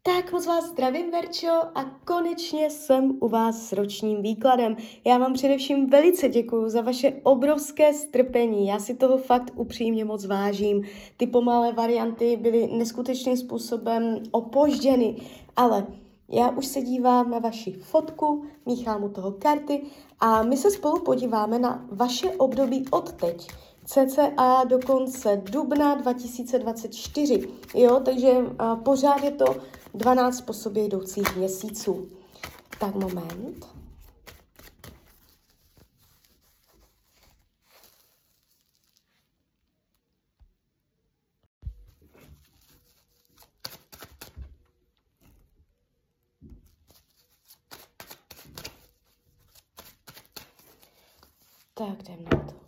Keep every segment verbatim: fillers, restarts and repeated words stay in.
Tak moc vás zdravím, Verčo, a konečně jsem u vás s ročním výkladem. Já vám především velice děkuju za vaše obrovské strpení. Já si toho fakt upřímně moc vážím. Ty pomalé varianty byly neskutečným způsobem opožděny, ale já už se dívám na vaši fotku, míchám u toho karty a my se spolu podíváme na vaše období od teď. cca do konce dubna dva tisíce dvacet čtyři, jo, takže a, pořád je to dvanáct po sobě jdoucích měsíců. Tak moment. Tak jdem na to.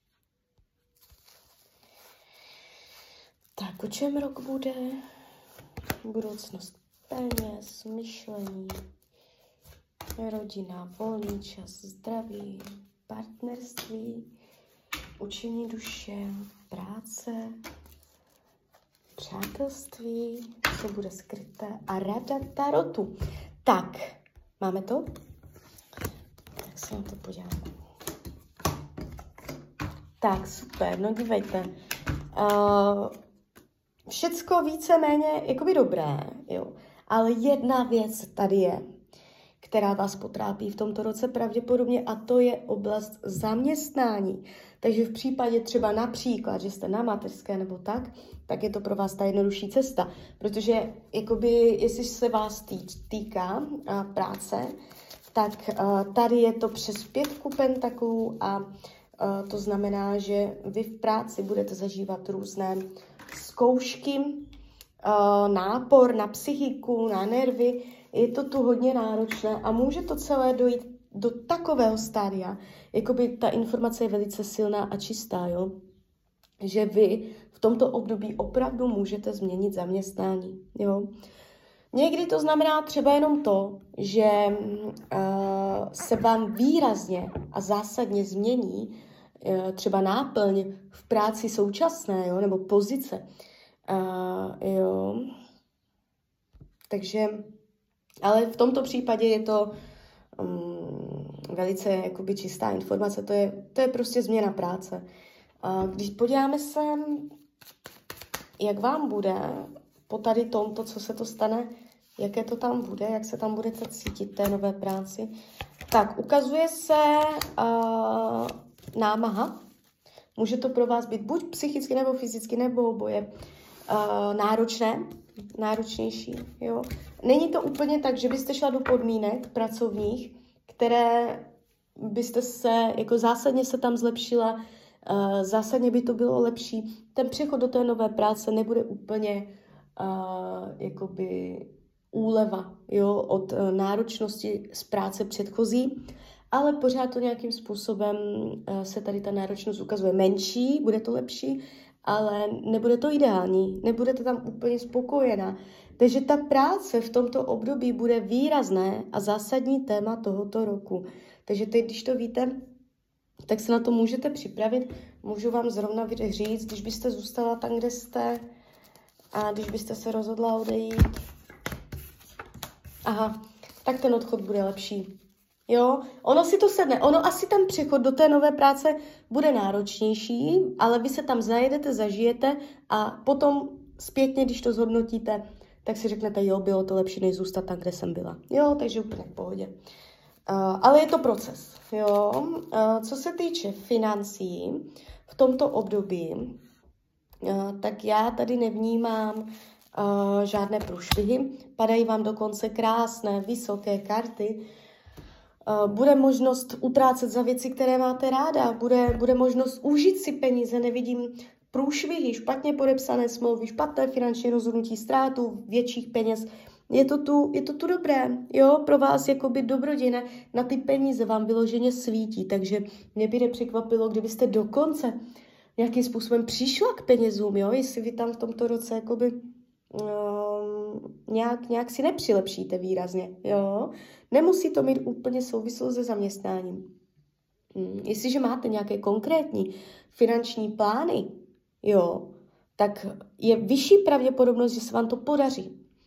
Tak o čem rok bude? Budoucnost peněz, myšlení, rodina, volný čas, zdraví, partnerství, učení duše, práce, přátelství, co bude skryté a rada tarotu. Tak, máme to? Tak se na to podíváme. Tak, super, no dívejte. Uh, Všecko víceméně jakoby dobré, jo. Ale jedna věc tady je, která vás potrápí v tomto roce pravděpodobně, a to je oblast zaměstnání. Takže v případě třeba například, že jste na mateřské nebo tak, tak je to pro vás ta jednodušší cesta. Protože jakoby, jestli se vás tý, týká a, práce, tak a, tady je to přes pětku pentaklů a, a to znamená, že vy v práci budete zažívat různé zkoušky, nápor na psychiku, na nervy, je to tu hodně náročné a může to celé dojít do takového stádia, jakoby ta informace je velice silná a čistá, jo? Že vy v tomto období opravdu můžete změnit zaměstnání. Jo? Někdy to znamená třeba jenom to, že uh, se vám výrazně a zásadně změní uh, třeba náplň v práci současné, jo? Nebo pozice. Uh, jo. Takže, ale v tomto případě je to um, velice jakoby čistá informace, to je, to je prostě změna práce. Uh, když podíváme se, jak vám bude po tady tomto, co se to stane, jaké to tam bude, jak se tam budete cítit té nové práci, tak ukazuje se uh, námaha. Může to pro vás být buď psychicky, nebo fyzicky, nebo oboje. Uh, náročné, náročnější, jo. Není to úplně tak, že byste šla do podmínek pracovních, které byste se, jako zásadně se tam zlepšila, uh, zásadně by to bylo lepší. Ten přechod do té nové práce nebude úplně uh, jakoby úleva, jo, od uh, náročnosti z práce předchozí, ale pořád to nějakým způsobem uh, se tady ta náročnost ukazuje menší, bude to lepší, ale nebude to ideální, nebudete tam úplně spokojená. Takže ta práce v tomto období bude výrazné a zásadní téma tohoto roku. Takže teď, když to víte, tak se na to můžete připravit. Můžu vám zrovna říct, když byste zůstala tam, kde jste, a když byste se rozhodla odejít, aha, tak ten odchod bude lepší. Jo, ono si to sedne, ono asi ten přechod do té nové práce bude náročnější, ale vy se tam zajedete, zažijete a potom zpětně, když to zhodnotíte, tak si řeknete, jo, bylo to lepší, než zůstat tam, kde jsem byla. Jo, takže úplně v pohodě. Uh, ale je to proces, jo. Uh, co se týče financí v tomto období, uh, tak já tady nevnímám uh, žádné průšvihy. Padají vám dokonce krásné, vysoké karty. Uh, bude možnost utrácet za věci, které máte ráda, bude, bude možnost užít si peníze, nevidím průšvihy, špatně podepsané smlouvy, špatné finanční rozhodnutí, ztrátu větších peněz. Je to tu, je to tu dobré, jo, pro vás jakoby dobrodějné, na ty peníze vám vyloženě svítí, takže mě by nepřekvapilo, kdybyste dokonce nějakým způsobem přišla k penězům, jo, jestli vy tam v tomto roce jakoby Um, nějak, nějak si nepřilepšíte výrazně, jo. Nemusí to mít úplně souvislost se zaměstnáním. Hmm. Jestliže máte nějaké konkrétní finanční plány, jo, tak je vyšší pravděpodobnost, že se vám to podaří.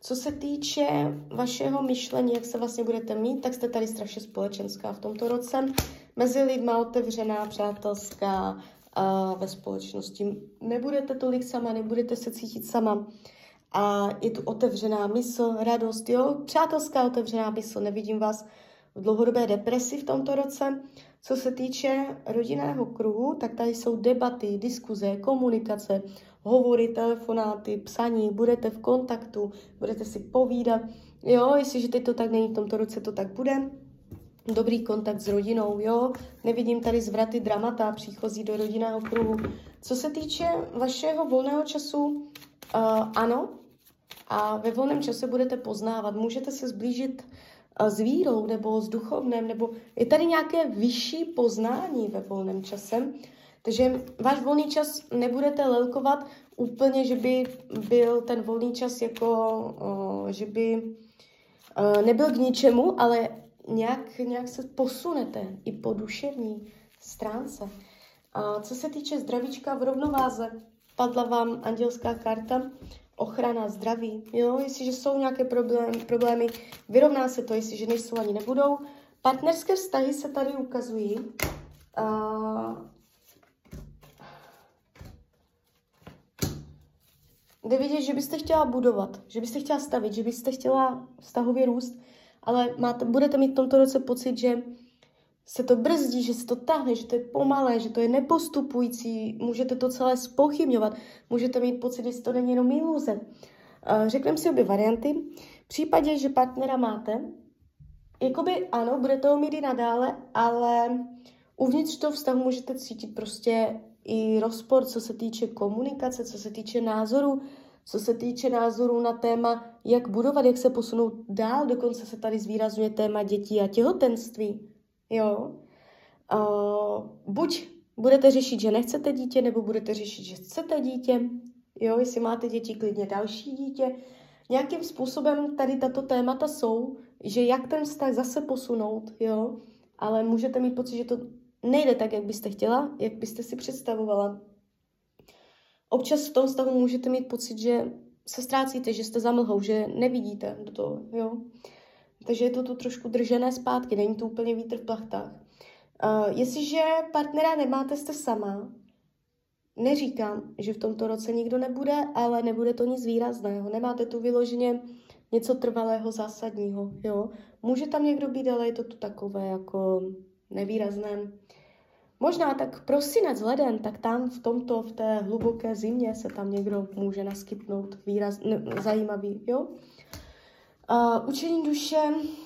Co se týče vašeho myšlení, jak se vlastně budete mít, tak jste tady strašně společenská v tomto roce. Mezi lidma otevřená, přátelská, a ve společnosti. Nebudete tolik sama, nebudete se cítit sama. A je tu otevřená mysl, radost, jo? Přátelská otevřená mysl. Nevidím vás v dlouhodobé depresi v tomto roce. Co se týče rodinného kruhu, tak tady jsou debaty, diskuze, komunikace, hovory, telefonáty, psaní, budete v kontaktu, budete si povídat. Jo, jestliže teď to tak není, v tomto roce to tak bude. Dobrý kontakt s rodinou, jo. Nevidím tady zvraty, dramata, příchozí do rodinného kruhu. Co se týče vašeho volného času, uh, ano, a ve volném čase budete poznávat. Můžete se zblížit uh, s vírou nebo s duchovnem, nebo je tady nějaké vyšší poznání ve volném čase. Takže váš volný čas nebudete lelkovat úplně, že by byl ten volný čas jako, uh, že by uh, nebyl k ničemu, ale nějak, nějak se posunete i po duševní stránce. Uh, co se týče zdravíčka v rovnováze, padla vám andělská karta, ochrana zdraví. Jo? Jestliže jsou nějaké problémy, problémy, vyrovná se to, jestliže nejsou ani nebudou. Partnerské vztahy se tady ukazují. Uh, Jde vidět, že byste chtěla budovat, že byste chtěla stavit, že byste chtěla vztahově růst, ale máte, budete mít v tomto roce pocit, že se to brzdí, že se to tahne, že to je pomalé, že to je nepostupující, můžete to celé zpochybňovat, můžete mít pocit, že to není jenom iluze. Řekneme si obě varianty. V případě, že partnera máte, jakoby ano, budete ho mít i nadále, ale uvnitř toho vztahu můžete cítit prostě i rozpor, co se týče komunikace, co se týče názoru, co se týče názoru na téma, jak budovat, jak se posunout dál, dokonce se tady zvýrazňuje téma dětí a těhotenství. Jo? Uh, buď budete řešit, že nechcete dítě, nebo budete řešit, že chcete dítě. Jo? Jestli máte děti, klidně další dítě. Nějakým způsobem tady tato témata jsou, že jak ten vztah zase posunout, jo? Ale můžete mít pocit, že to nejde tak, jak byste chtěla, jak byste si představovala. Občas v tom vztahu můžete mít pocit, že se ztrácíte, že jste za mlhou, že nevidíte do toho, jo. Takže je to tu trošku držené zpátky, není to úplně vítr v plachtách. Uh, jestliže partnera nemáte, jste sama, neříkám, že v tomto roce nikdo nebude, ale nebude to nic výrazného. Nemáte tu vyloženě něco trvalého, zásadního, jo. Může tam někdo být, ale je to tu takové jako nevýrazné. Možná tak prosinec, leden, tak tam v tomto, v té hluboké zimě se tam někdo může naskytnout výraz, ne, zajímavý, jo? Uh, učení duše,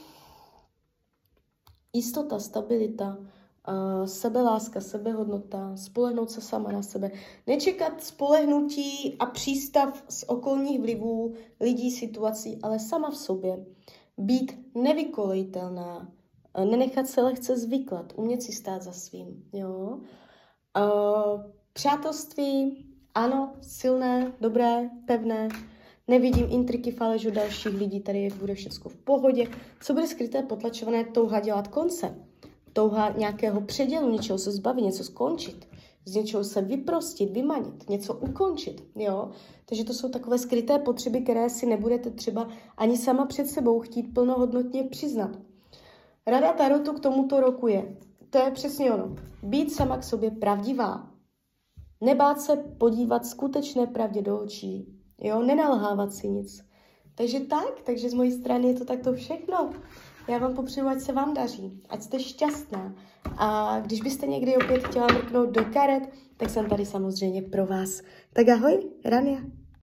jistota, stabilita, uh, sebeláska, sebehodnota, spolehnout se sama na sebe. Nečekat spolehnutí a přístav z okolních vlivů, lidí, situací, ale sama v sobě. Být nevykolejitelná, nenechat se lehce zvyklat, umět si stát za svým. Jo? Uh, přátelství, ano, silné, dobré, pevné. Nevidím intriky, faležu dalších lidí, tady je, bude všechno v pohodě. Co bude skryté, potlačované, touha dělat konce. Touha nějakého předělu, něčeho se zbavit, něco skončit. Z něčeho se vyprostit, vymanit, něco ukončit. Jo? Takže to jsou takové skryté potřeby, které si nebudete třeba ani sama před sebou chtít plnohodnotně přiznat. Rada Tarotu k tomuto roku je, to je přesně ono, být sama k sobě pravdivá. Nebát se podívat skutečné pravdě do očí, jo, nenalhávat si nic. Takže tak, takže z mojí strany je to takto všechno. Já vám popřeju, ať se vám daří, ať jste šťastná. A když byste někdy opět chtěla mrknout do karet, tak jsem tady samozřejmě pro vás. Tak ahoj, Rania.